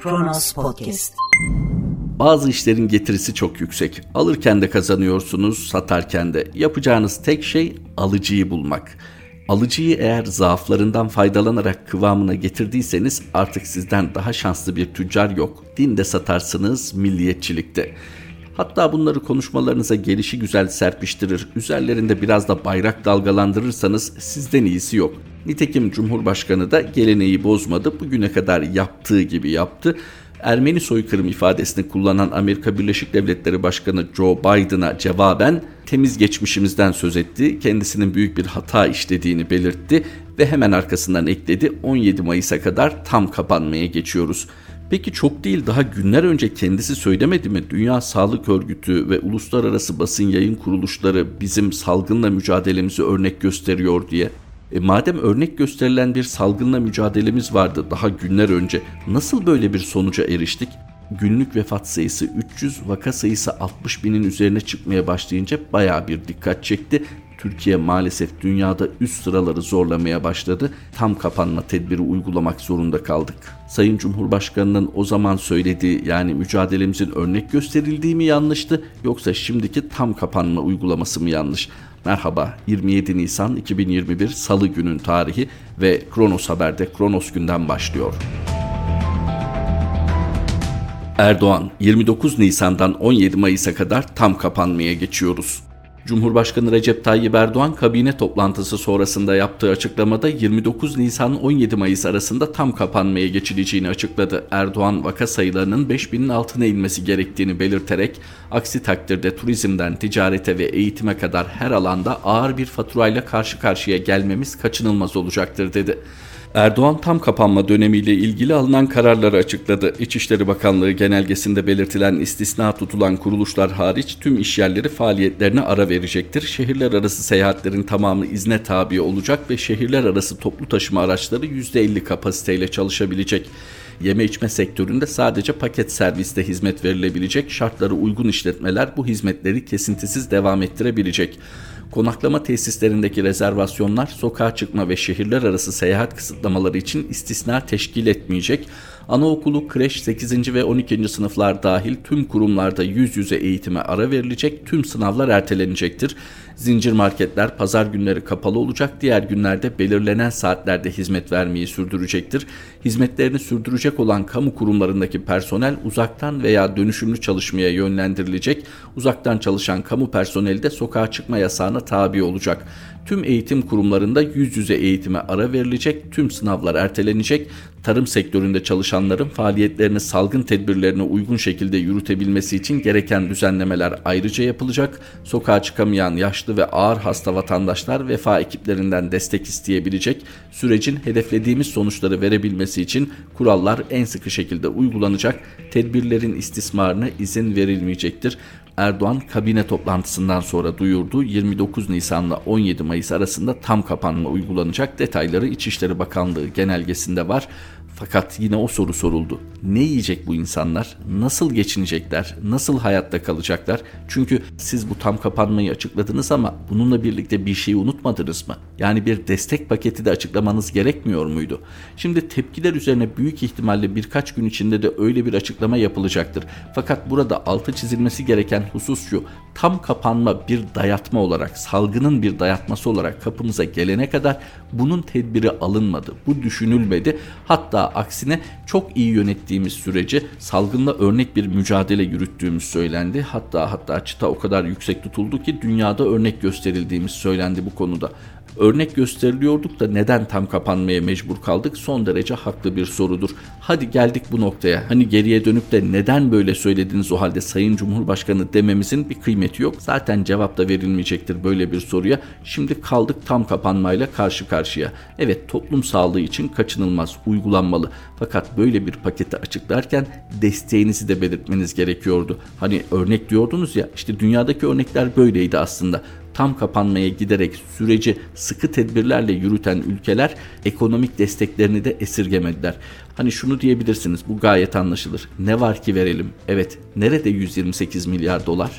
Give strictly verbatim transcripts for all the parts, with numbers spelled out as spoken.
Kronos Podcast. Bazı işlerin getirisi çok yüksek. Alırken de kazanıyorsunuz, satarken de. Yapacağınız tek şey alıcıyı bulmak. Alıcıyı eğer zaaflarından faydalanarak kıvamına getirdiyseniz artık sizden daha şanslı bir tüccar yok. Dinde satarsınız, milliyetçilikte. Hatta bunları konuşmalarınıza gelişigüzel serpiştirir, üzerlerinde biraz da bayrak dalgalandırırsanız sizden iyisi yok. Nitekim Cumhurbaşkanı da geleneği bozmadı, bugüne kadar yaptığı gibi yaptı. Ermeni soykırım ifadesini kullanan Amerika Birleşik Devletleri Başkanı Joe Biden'a cevaben temiz geçmişimizden söz etti, kendisinin büyük bir hata işlediğini belirtti ve hemen arkasından ekledi, on yedi Mayıs'a kadar tam kapanmaya geçiyoruz. Peki çok değil, daha günler önce kendisi söylemedi mi? Dünya Sağlık Örgütü ve uluslararası basın yayın kuruluşları bizim salgınla mücadelemizi örnek gösteriyor diye. E madem örnek gösterilen bir salgınla mücadelemiz vardı daha günler önce, nasıl böyle bir sonuca eriştik? Günlük vefat sayısı üç yüz, vaka sayısı altmış binin üzerine çıkmaya başlayınca bayağı bir dikkat çekti. Türkiye maalesef dünyada üst sıraları zorlamaya başladı. Tam kapanma tedbiri uygulamak zorunda kaldık. Sayın Cumhurbaşkanı'nın o zaman söylediği, yani mücadelemizin örnek gösterildiği mi yanlıştı, yoksa şimdiki tam kapanma uygulaması mı yanlış? Merhaba, yirmi yedi Nisan iki bin yirmi bir Salı günün tarihi ve Kronos Haber'de Kronos günden başlıyor. Erdoğan, yirmi dokuz Nisan'dan on yedi Mayıs'a kadar tam kapanmaya geçiyoruz. Cumhurbaşkanı Recep Tayyip Erdoğan kabine toplantısı sonrasında yaptığı açıklamada yirmi dokuz Nisan on yedi Mayıs arasında tam kapanmaya geçileceğini açıkladı. Erdoğan vaka sayılarının beş binin altına inmesi gerektiğini belirterek aksi takdirde turizmden ticarete ve eğitime kadar her alanda ağır bir faturayla karşı karşıya gelmemiz kaçınılmaz olacaktır dedi. Erdoğan tam kapanma dönemiyle ilgili alınan kararları açıkladı. İçişleri Bakanlığı genelgesinde belirtilen istisna tutulan kuruluşlar hariç tüm işyerleri faaliyetlerine ara verecektir. Şehirler arası seyahatlerin tamamı izne tabi olacak ve şehirler arası toplu taşıma araçları yüzde elli kapasiteyle çalışabilecek. Yeme içme sektöründe sadece paket serviste hizmet verilebilecek, şartları uygun işletmeler bu hizmetleri kesintisiz devam ettirebilecek. Konaklama tesislerindeki rezervasyonlar, sokağa çıkma ve şehirler arası seyahat kısıtlamaları için istisna teşkil etmeyecek. Anaokulu, kreş, sekizinci ve on ikinci sınıflar dahil tüm kurumlarda yüz yüze eğitime ara verilecek, tüm sınavlar ertelenecektir. Zincir marketler pazar günleri kapalı olacak, diğer günlerde belirlenen saatlerde hizmet vermeyi sürdürecektir. Hizmetlerini sürdürecek olan kamu kurumlarındaki personel uzaktan veya dönüşümlü çalışmaya yönlendirilecek. Uzaktan çalışan kamu personeli de sokağa çıkma yasağına tabi olacak. Tüm eğitim kurumlarında yüz yüze eğitime ara verilecek, tüm sınavlar ertelenecek. Tarım sektöründe çalışanların faaliyetlerini salgın tedbirlerine uygun şekilde yürütebilmesi için gereken düzenlemeler ayrıca yapılacak. Sokağa çıkamayan yaşlı ve ağır hasta vatandaşlar vefa ekiplerinden destek isteyebilecek. Sürecin hedeflediğimiz sonuçları verebilmesi için kurallar en sıkı şekilde uygulanacak. Tedbirlerin istismarına izin verilmeyecektir. Erdoğan kabine toplantısından sonra duyurdu. yirmi dokuz Nisan'la on yedi Mayıs arasında tam kapanma uygulanacak. Detayları İçişleri Bakanlığı genelgesinde var. Fakat yine o soru soruldu. Ne yiyecek bu insanlar? Nasıl geçinecekler? Nasıl hayatta kalacaklar? Çünkü siz bu tam kapanmayı açıkladınız ama bununla birlikte bir şeyi unutmadınız mı? Yani bir destek paketi de açıklamanız gerekmiyor muydu? Şimdi tepkiler üzerine büyük ihtimalle birkaç gün içinde de öyle bir açıklama yapılacaktır. Fakat burada altı çizilmesi gereken husus şu: tam kapanma bir dayatma olarak, salgının bir dayatması olarak kapımıza gelene kadar bunun tedbiri alınmadı. Bu düşünülmedi. Hatta aksine çok iyi yönettiğimiz sürece salgınla örnek bir mücadele yürüttüğümüz söylendi. Hatta hatta çıta o kadar yüksek tutuldu ki dünyada örnek gösterildiğimiz söylendi bu konuda. Örnek gösteriliyorduk da neden tam kapanmaya mecbur kaldık? Son derece haklı bir sorudur. Hadi geldik bu noktaya. Hani geriye dönüp de neden böyle söylediniz o halde Sayın Cumhurbaşkanı dememizin bir kıymeti yok. Zaten cevap da verilmeyecektir böyle bir soruya. Şimdi kaldık tam kapanmayla karşı karşıya. Evet, toplum sağlığı için kaçınılmaz, uygulanmalı. Fakat böyle bir paketi açıklarken desteğinizi de belirtmeniz gerekiyordu. Hani örnek diyordunuz ya, işte dünyadaki örnekler böyleydi aslında. Tam kapanmaya giderek süreci sıkı tedbirlerle yürüten ülkeler ekonomik desteklerini de esirgemediler. Hani şunu diyebilirsiniz, bu gayet anlaşılır. Ne var ki verelim? Evet, nerede yüz yirmi sekiz milyar dolar?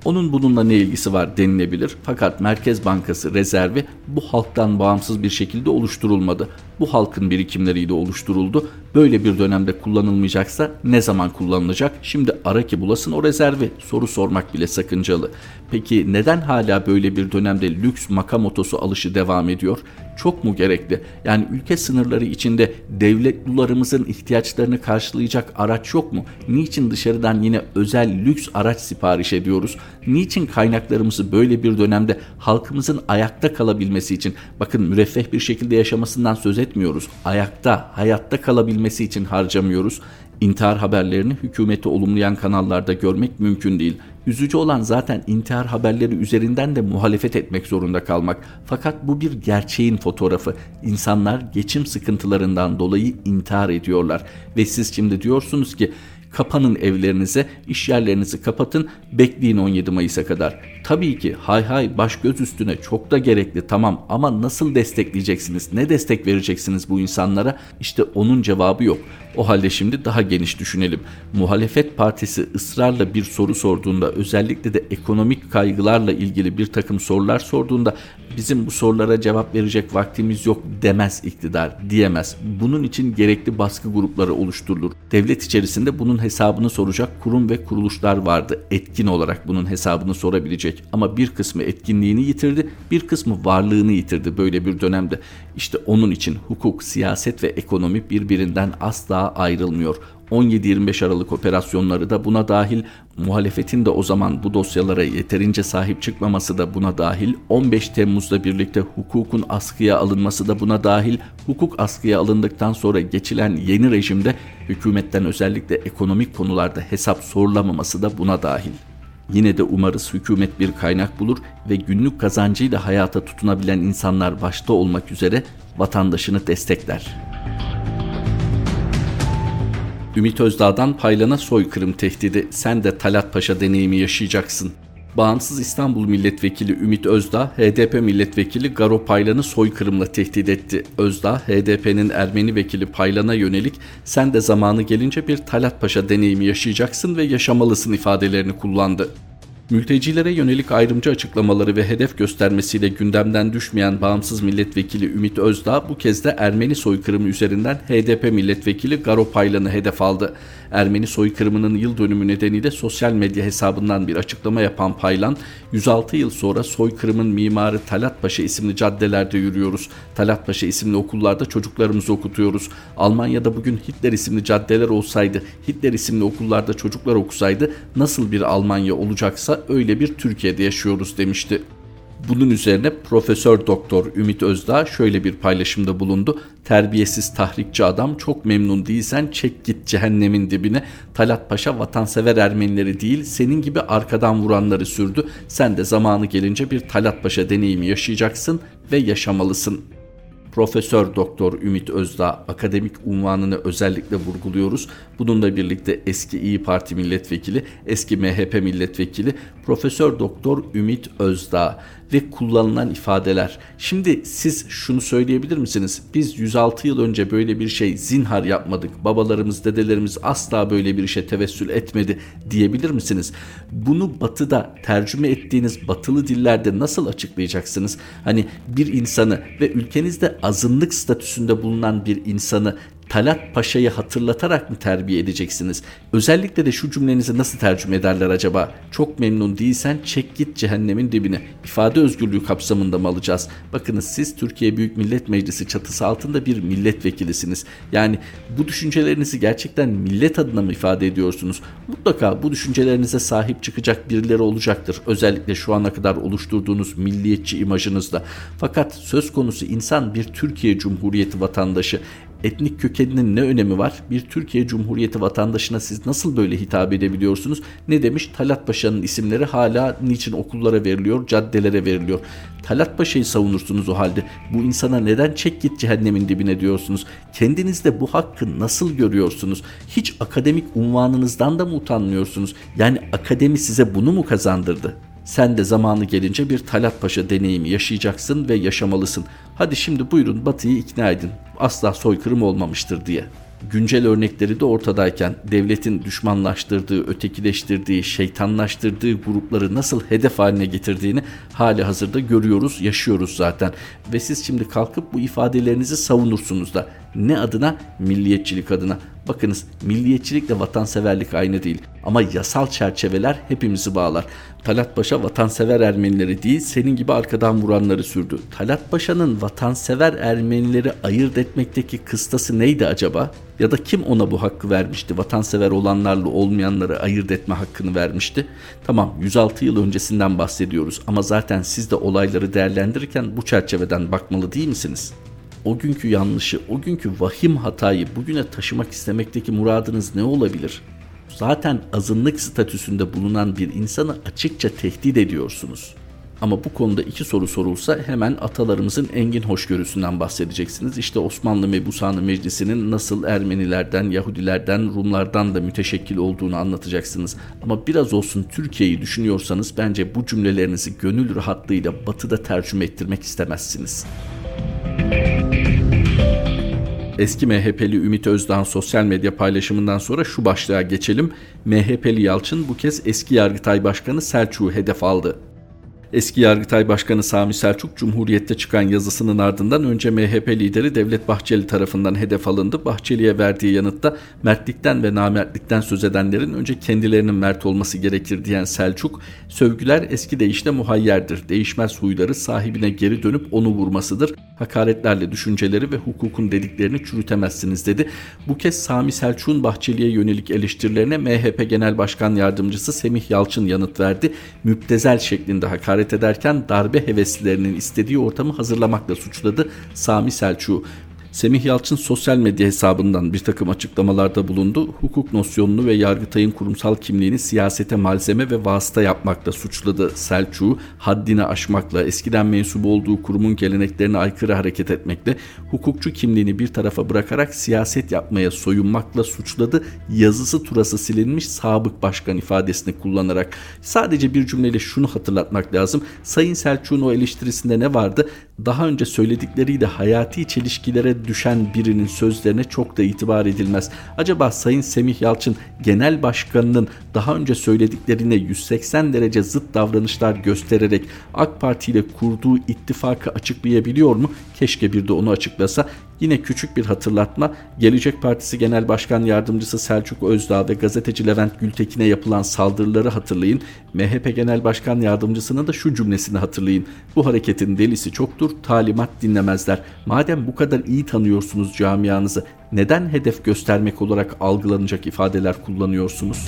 Onun bununla ne ilgisi var denilebilir. Fakat Merkez Bankası rezervi bu halktan bağımsız bir şekilde oluşturulmadı. Bu halkın birikimleriyle oluşturuldu. Böyle bir dönemde kullanılmayacaksa ne zaman kullanılacak? Şimdi ara ki bulasın o rezervi. Soru sormak bile sakıncalı. Peki neden hala böyle bir dönemde lüks makam otosu alışı devam ediyor? Çok mu gerekli? Yani ülke sınırları içinde devletlularımızın ihtiyaçlarını karşılayacak araç yok mu? Niçin dışarıdan yine özel lüks araç sipariş ediyoruz? Niçin kaynaklarımızı böyle bir dönemde halkımızın ayakta kalabilmesi için, bakın müreffeh bir şekilde yaşamasından söz etmiyoruz, ayakta, hayatta kalabilmesi için harcamıyoruz? İntihar haberlerini hükümeti olumlayan kanallarda görmek mümkün değil. Üzücü olan zaten intihar haberleri üzerinden de muhalefet etmek zorunda kalmak. Fakat bu bir gerçeğin fotoğrafı. İnsanlar geçim sıkıntılarından dolayı intihar ediyorlar. Ve siz şimdi diyorsunuz ki kapanın evlerinize, iş yerlerinizi kapatın, bekleyin on yedi Mayıs'a kadar. Tabii ki hay hay baş göz üstüne çok da gerekli, tamam, ama nasıl destekleyeceksiniz, ne destek vereceksiniz bu insanlara? İşte onun cevabı yok. O halde şimdi daha geniş düşünelim. Muhalefet partisi ısrarla bir soru sorduğunda, özellikle de ekonomik kaygılarla ilgili bir takım sorular sorduğunda bizim bu sorulara cevap verecek vaktimiz yok demez iktidar, diyemez. Bunun için gerekli baskı grupları oluşturulur. Devlet içerisinde bunun hesabını soracak kurum ve kuruluşlar vardı. Etkin olarak bunun hesabını sorabilecek. Ama bir kısmı etkinliğini yitirdi, bir kısmı varlığını yitirdi böyle bir dönemde. İşte onun için hukuk, siyaset ve ekonomi birbirinden asla ayrılmıyor. on yedi yirmi beş Aralık operasyonları da buna dahil, muhalefetin de o zaman bu dosyalara yeterince sahip çıkmaması da buna dahil, on beş Temmuz'la birlikte hukukun askıya alınması da buna dahil, hukuk askıya alındıktan sonra geçilen yeni rejimde hükümetten özellikle ekonomik konularda hesap sorulamaması da buna dahil. Yine de umarız hükümet bir kaynak bulur ve günlük kazancıyla hayata tutunabilen insanlar başta olmak üzere vatandaşını destekler. Ümit Özdağ'dan Paylan'a soykırım tehdidi, sen de Talat Paşa deneyimi yaşayacaksın. Bağımsız İstanbul Milletvekili Ümit Özdağ, H D P Milletvekili Garo Paylan'ı soykırımla tehdit etti. Özdağ, H D P'nin Ermeni vekili Paylan'a yönelik sen de zamanı gelince bir Talat Paşa deneyimi yaşayacaksın ve yaşamalısın ifadelerini kullandı. Mültecilere yönelik ayrımcı açıklamaları ve hedef göstermesiyle gündemden düşmeyen bağımsız milletvekili Ümit Özdağ bu kez de Ermeni soykırımı üzerinden H D P milletvekili Garo Paylan'ı hedef aldı. Ermeni soykırımının yıl dönümü nedeniyle sosyal medya hesabından bir açıklama yapan Paylan, yüz altı yıl sonra soykırımın mimarı Talat Paşa isimli caddelerde yürüyoruz. Talat Paşa isimli okullarda çocuklarımızı okutuyoruz. Almanya'da bugün Hitler isimli caddeler olsaydı, Hitler isimli okullarda çocuklar okusaydı nasıl bir Almanya olacaksa öyle bir Türkiye'de yaşıyoruz demişti. Bunun üzerine Profesör Doktor Ümit Özdağ şöyle bir paylaşımda bulundu. Terbiyesiz tahrikçi adam, çok memnun değilsen çek git cehennemin dibine. Talat Paşa vatansever Ermenileri değil, senin gibi arkadan vuranları sürdü. Sen de zamanı gelince bir Talat Paşa deneyimi yaşayacaksın ve yaşamalısın. Profesör Doktor Ümit Özdağ akademik unvanını özellikle vurguluyoruz. Bununla birlikte eski İyi Parti milletvekili, eski M H P milletvekili Profesör Doktor Ümit Özdağ ve kullanılan ifadeler. Şimdi siz şunu söyleyebilir misiniz? Biz yüz altı yıl önce böyle bir şey zinhar yapmadık. Babalarımız, dedelerimiz asla böyle bir işe tevessül etmedi diyebilir misiniz? Bunu batıda tercüme ettiğiniz batılı dillerde nasıl açıklayacaksınız? Hani bir insanı ve ülkenizde azınlık statüsünde bulunan bir insanı Talat Paşa'yı hatırlatarak mı terbiye edeceksiniz? Özellikle de şu cümlenizi nasıl tercüme ederler acaba? Çok memnun değilsen çek git cehennemin dibine. İfade özgürlüğü kapsamında mı alacağız? Bakınız, siz Türkiye Büyük Millet Meclisi çatısı altında bir milletvekilisiniz. Yani bu düşüncelerinizi gerçekten millet adına mı ifade ediyorsunuz? Mutlaka bu düşüncelerinize sahip çıkacak birileri olacaktır. Özellikle şu ana kadar oluşturduğunuz milliyetçi imajınızla. Fakat söz konusu insan bir Türkiye Cumhuriyeti vatandaşı. Etnik kökeninin ne önemi var? Bir Türkiye Cumhuriyeti vatandaşına siz nasıl böyle hitap edebiliyorsunuz? Ne demiş? Talat Paşa'nın isimleri hala niçin okullara veriliyor, caddelere veriliyor? Talat Paşa'yı savunursunuz o halde. Bu insana neden çek git cehennemin dibine diyorsunuz? Kendinizde bu hakkı nasıl görüyorsunuz? Hiç akademik unvanınızdan da mı utanmıyorsunuz? Yani akademi size bunu mu kazandırdı? Sen de zamanı gelince bir Talat Paşa deneyimi yaşayacaksın ve yaşamalısın. Hadi şimdi buyurun Batı'yı ikna edin. Asla soykırım olmamıştır diye. Güncel örnekleri de ortadayken devletin düşmanlaştırdığı, ötekileştirdiği, şeytanlaştırdığı grupları nasıl hedef haline getirdiğini hali hazırda görüyoruz, yaşıyoruz zaten. Ve siz şimdi kalkıp bu ifadelerinizi savunursunuz da. Ne adına? Milliyetçilik adına. Bakınız, milliyetçilikle vatanseverlik aynı değil. Ama yasal çerçeveler hepimizi bağlar. Talat Paşa vatansever Ermenileri değil, senin gibi arkadan vuranları sürdü. Talat Paşa'nın vatansever Ermenileri ayırt etmekteki kıstası neydi acaba? Ya da kim ona bu hakkı vermişti? Vatansever olanlarla olmayanları ayırt etme hakkını vermişti. Tamam, yüz altı yıl öncesinden bahsediyoruz ama zaten siz de olayları değerlendirirken bu çerçeveden bakmalı değil misiniz? O günkü yanlışı, o günkü vahim hatayı bugüne taşımak istemekteki muradınız ne olabilir? Zaten azınlık statüsünde bulunan bir insanı açıkça tehdit ediyorsunuz. Ama bu konuda iki soru sorulsa hemen atalarımızın engin hoşgörüsünden bahsedeceksiniz. İşte Osmanlı Mebusanı Meclisi'nin nasıl Ermenilerden, Yahudilerden, Rumlardan da müteşekkil olduğunu anlatacaksınız. Ama biraz olsun Türkiye'yi düşünüyorsanız bence bu cümlelerinizi gönül rahatlığıyla Batı'da tercüme ettirmek istemezsiniz. Eski M H P'li Ümit Özdağ'ın sosyal medya paylaşımından sonra şu başlığa geçelim. M H P'li Yalçın bu kez eski Yargıtay Başkanı Selçuk'u hedef aldı. Eski Yargıtay Başkanı Sami Selçuk, Cumhuriyet'te çıkan yazısının ardından önce M H P lideri Devlet Bahçeli tarafından hedef alındı. Bahçeli'ye verdiği yanıtta mertlikten ve namertlikten söz edenlerin önce kendilerinin mert olması gerekir diyen Selçuk, sövgüler eski deyişle muhayyerdir. Değişmez huyları sahibine geri dönüp onu vurmasıdır. Hakaretlerle düşünceleri ve hukukun dediklerini çürütemezsiniz dedi. Bu kez Sami Selçuk'un Bahçeli'ye yönelik eleştirilerine M H P Genel Başkan Yardımcısı Semih Yalçın yanıt verdi. Müptezel şeklinde hakaret ederken darbe heveslilerinin istediği ortamı hazırlamakla suçladı Sami Selçuk'u. Semih Yalçın sosyal medya hesabından bir takım açıklamalarda bulundu. Hukuk nosyonunu ve Yargıtay'ın kurumsal kimliğini siyasete malzeme ve vasıta yapmakla suçladı Selçuk'u. Haddini aşmakla, eskiden mensup olduğu kurumun geleneklerine aykırı hareket etmekle, hukukçu kimliğini bir tarafa bırakarak siyaset yapmaya soyunmakla suçladı. Yazısı turası silinmiş sabık başkan ifadesini kullanarak. Sadece bir cümleyle şunu hatırlatmak lazım. Sayın Selçuk'un o eleştirisinde ne vardı? Daha önce söyledikleriyle hayati çelişkilere düşen birinin sözlerine çok da itibar edilmez. Acaba Sayın Semih Yalçın genel başkanının daha önce söylediklerine yüz seksen derece zıt davranışlar göstererek AK Parti ile kurduğu ittifakı açıklayabiliyor mu? Keşke bir de onu açıklasa. Yine küçük bir hatırlatma, Gelecek Partisi Genel Başkan Yardımcısı Selçuk Özdağ ve gazeteci Levent Gültekin'e yapılan saldırıları hatırlayın. M H P Genel Başkan Yardımcısının da şu cümlesini hatırlayın. Bu hareketin delisi çoktur, talimat dinlemezler. Madem bu kadar iyi tanıyorsunuz camianızı, neden hedef göstermek olarak algılanacak ifadeler kullanıyorsunuz?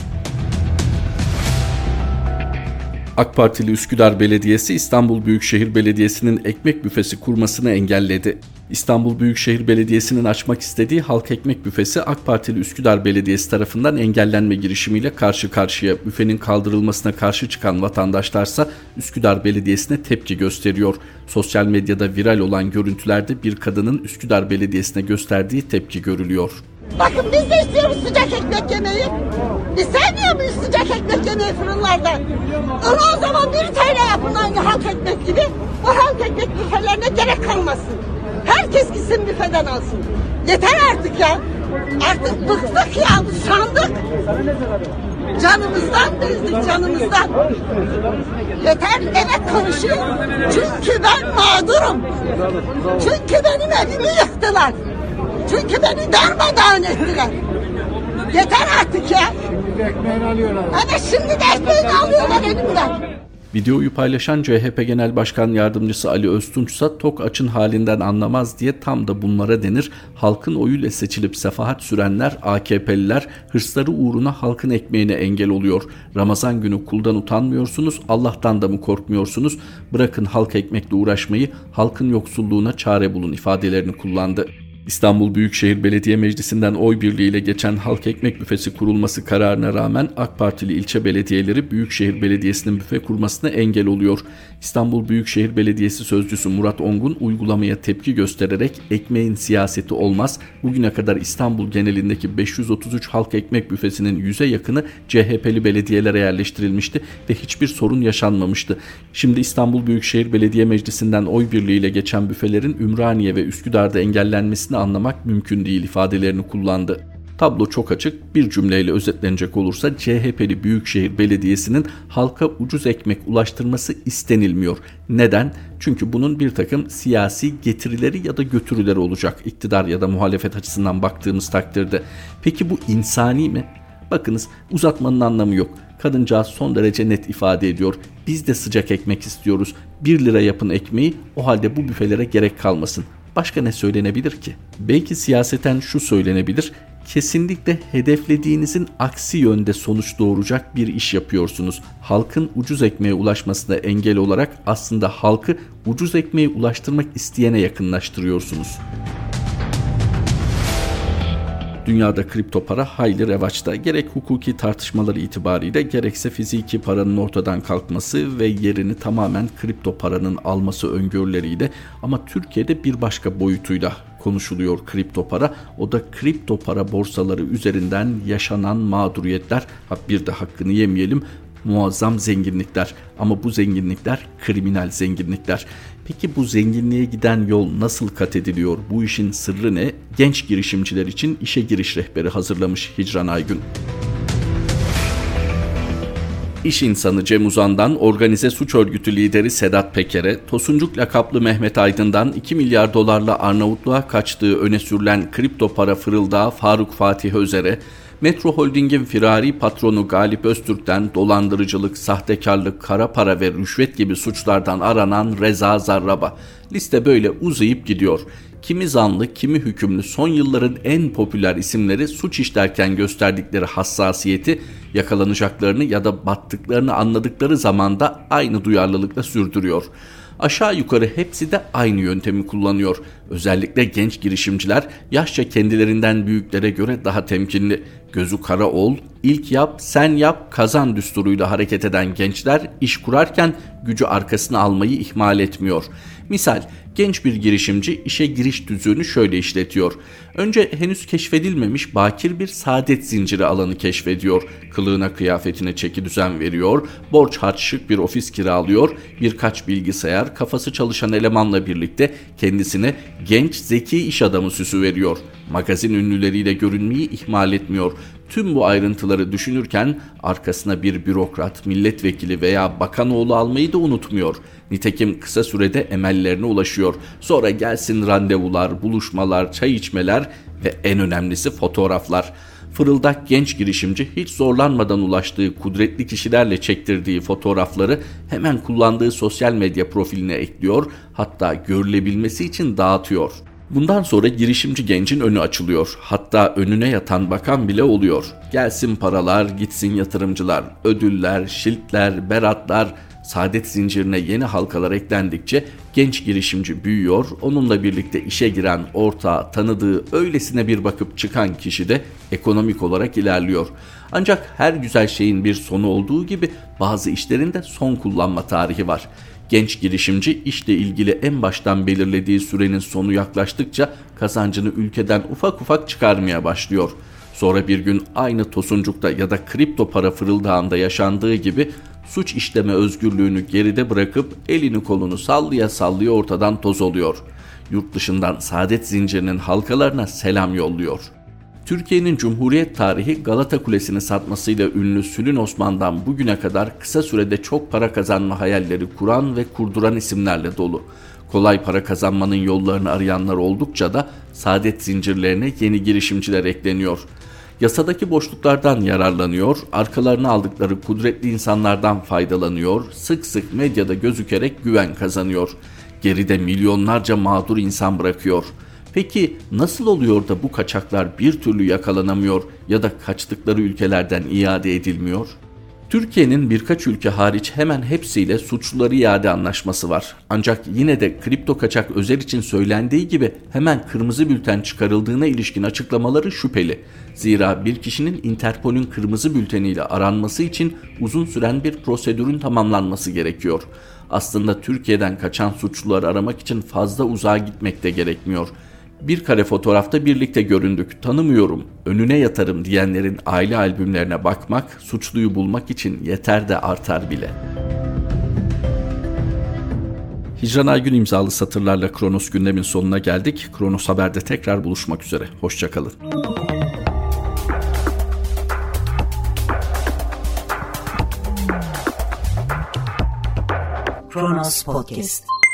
AK Partili Üsküdar Belediyesi İstanbul Büyükşehir Belediyesi'nin ekmek büfesi kurmasını engelledi. İstanbul Büyükşehir Belediyesi'nin açmak istediği halk ekmek büfesi AK Partili Üsküdar Belediyesi tarafından engellenme girişimiyle karşı karşıya. Büfenin kaldırılmasına karşı çıkan vatandaşlarsa Üsküdar Belediyesi'ne tepki gösteriyor. Sosyal medyada viral olan görüntülerde bir kadının Üsküdar Belediyesi'ne gösterdiği tepki görülüyor. Bakın biz de istiyoruz sıcak ekmek yemeyi. Biz sevmiyor muyuz sıcak ekmek yemeyi fırınlardan? Onu o zaman bir T L yapın aynı halk ekmek gibi. O halk ekmek büfelerine gerek kalmasın. Herkes gitsin büfeden alsın. Yeter artık ya. Artık bıktık ya, usandık. Canımızdan bezdik, canımızdan. Yeter, evet konuşuyorum. Çünkü ben mağdurum. Çünkü benim evimi yıktılar. Çünkü beni darmadağın ettiler. Yeter artık ya. Evet, şimdi de ekmeğini alıyorlar elimden. Videoyu paylaşan C H P Genel Başkan Yardımcısı Ali Öztunç ise tok açın halinden anlamaz diye tam da bunlara denir. Halkın oyuyla seçilip sefahat sürenler, A K P'liler hırsları uğruna halkın ekmeğine engel oluyor. Ramazan günü kuldan utanmıyorsunuz, Allah'tan da mı korkmuyorsunuz? Bırakın halk ekmekle uğraşmayı, halkın yoksulluğuna çare bulun ifadelerini kullandı. İstanbul Büyükşehir Belediye Meclisi'nden oy birliğiyle geçen halk ekmek büfesi kurulması kararına rağmen AK Partili ilçe belediyeleri Büyükşehir Belediyesi'nin büfe kurmasına engel oluyor. İstanbul Büyükşehir Belediyesi Sözcüsü Murat Ongun uygulamaya tepki göstererek ekmeğin siyaseti olmaz, bugüne kadar İstanbul genelindeki beş yüz otuz üç halk ekmek büfesinin yüze yakını C H P'li belediyelere yerleştirilmişti ve hiçbir sorun yaşanmamıştı. Şimdi İstanbul Büyükşehir Belediye Meclisi'nden oy birliğiyle geçen büfelerin Ümraniye ve Üsküdar'da engellenmesine gerisini anlamak mümkün değil ifadelerini kullandı. Tablo çok açık, bir cümleyle özetlenecek olursa C H P'li Büyükşehir Belediyesi'nin halka ucuz ekmek ulaştırması istenilmiyor. Neden? Çünkü bunun bir takım siyasi getirileri ya da götürüleri olacak iktidar ya da muhalefet açısından baktığımız takdirde. Peki bu insani mi? Bakınız, uzatmanın anlamı yok. Kadıncağız son derece net ifade ediyor. Biz de sıcak ekmek istiyoruz. bir lira yapın ekmeği, o halde bu büfelere gerek kalmasın. Başka ne söylenebilir ki? Belki siyaseten şu söylenebilir: kesinlikle hedeflediğinizin aksi yönde sonuç doğuracak bir iş yapıyorsunuz. Halkın ucuz ekmeğe ulaşmasına engel olarak aslında halkı ucuz ekmeğe ulaştırmak isteyene yakınlaştırıyorsunuz. Dünyada kripto para hayli revaçta. Gerek hukuki tartışmaları itibariyle gerekse fiziki paranın ortadan kalkması ve yerini tamamen kripto paranın alması öngörüleriyle, ama Türkiye'de bir başka boyutuyla konuşuluyor kripto para. O da kripto para borsaları üzerinden yaşanan mağduriyetler. Ha, bir de hakkını yemeyelim, muazzam zenginlikler, ama bu zenginlikler kriminal zenginlikler. Peki bu zenginliğe giden yol nasıl kat ediliyor? Bu işin sırrı ne? Genç girişimciler için işe giriş rehberi hazırlamış Hicran Aygün. İş insanı Cem Uzan'dan organize suç örgütü lideri Sedat Peker'e, Tosuncuk lakaplı Mehmet Aydın'dan iki milyar dolarla Arnavutluğa kaçtığı öne sürülen kripto para fırıldağı Faruk Fatih Özer'e, Metro Holding'in firari patronu Galip Öztürk'ten dolandırıcılık, sahtekarlık, kara para ve rüşvet gibi suçlardan aranan Reza Zarrab'a. Liste böyle uzayıp gidiyor. Kimi zanlı, kimi hükümlü son yılların en popüler isimleri suç işlerken gösterdikleri hassasiyeti, yakalanacaklarını ya da battıklarını anladıkları zamanda aynı duyarlılıkla sürdürüyor. Aşağı yukarı hepsi de aynı yöntemi kullanıyor. Özellikle genç girişimciler yaşça kendilerinden büyüklere göre daha temkinli. Gözü kara ol, ilk yap, sen yap, kazan düsturuyla hareket eden gençler iş kurarken gücü arkasına almayı ihmal etmiyor. Misal, genç bir girişimci işe giriş tüzüğünü şöyle işletiyor. Önce henüz keşfedilmemiş bakir bir saadet zinciri alanı keşfediyor. Kılığına kıyafetine çeki düzen veriyor. Borç harç şık bir ofis kiralıyor. Birkaç bilgisayar, kafası çalışan elemanla birlikte kendisine genç, zeki iş adamı süsü veriyor. Magazin ünlüleriyle görünmeyi ihmal etmiyor. Tüm bu ayrıntıları düşünürken arkasına bir bürokrat, milletvekili veya bakanoğlu almayı da unutmuyor. Nitekim kısa sürede emellerine ulaşıyor. Sonra gelsin randevular, buluşmalar, çay içmeler ve en önemlisi fotoğraflar. Fırıldak genç girişimci hiç zorlanmadan ulaştığı kudretli kişilerle çektirdiği fotoğrafları hemen kullandığı sosyal medya profiline ekliyor, hatta görülebilmesi için dağıtıyor. Bundan sonra girişimci gencin önü açılıyor. Hatta önüne yatan bakan bile oluyor. Gelsin paralar, gitsin yatırımcılar, ödüller, şiltler, beratlar, saadet zincirine yeni halkalar eklendikçe genç girişimci büyüyor. Onunla birlikte işe giren, ortağı, tanıdığı, öylesine bir bakıp çıkan kişi de ekonomik olarak ilerliyor. Ancak her güzel şeyin bir sonu olduğu gibi bazı işlerin de son kullanma tarihi var. Genç girişimci işle ilgili en baştan belirlediği sürenin sonu yaklaştıkça kazancını ülkeden ufak ufak çıkarmaya başlıyor. Sonra bir gün aynı Tosuncuk'ta ya da kripto para fırıldağında yaşandığı gibi suç işleme özgürlüğünü geride bırakıp elini kolunu sallaya sallaya ortadan toz oluyor. Yurt dışından saadet zincirinin halkalarına selam yolluyor. Türkiye'nin Cumhuriyet tarihi Galata Kulesi'ni satmasıyla ünlü Sülün Osman'dan bugüne kadar kısa sürede çok para kazanma hayalleri kuran ve kurduran isimlerle dolu. Kolay para kazanmanın yollarını arayanlar oldukça da saadet zincirlerine yeni girişimciler ekleniyor. Yasadaki boşluklardan yararlanıyor, arkalarına aldıkları kudretli insanlardan faydalanıyor, sık sık medyada gözükerek güven kazanıyor. Geride milyonlarca mağdur insan bırakıyor. Peki nasıl oluyor da bu kaçaklar bir türlü yakalanamıyor ya da kaçtıkları ülkelerden iade edilmiyor? Türkiye'nin birkaç ülke hariç hemen hepsiyle suçluları iade anlaşması var. Ancak yine de kripto kaçak Özer için söylendiği gibi hemen kırmızı bülten çıkarıldığına ilişkin açıklamaları şüpheli. Zira bir kişinin Interpol'ün kırmızı bülteniyle aranması için uzun süren bir prosedürün tamamlanması gerekiyor. Aslında Türkiye'den kaçan suçluları aramak için fazla uzağa gitmek de gerekmiyor. Bir kare fotoğrafta birlikte göründük, tanımıyorum, önüne yatarım diyenlerin aile albümlerine bakmak, suçluyu bulmak için yeter de artar bile. Hicran Aygün imzalı satırlarla Kronos gündemin sonuna geldik. Kronos Haber'de tekrar buluşmak üzere. Hoşçakalın. Kronos Podcast.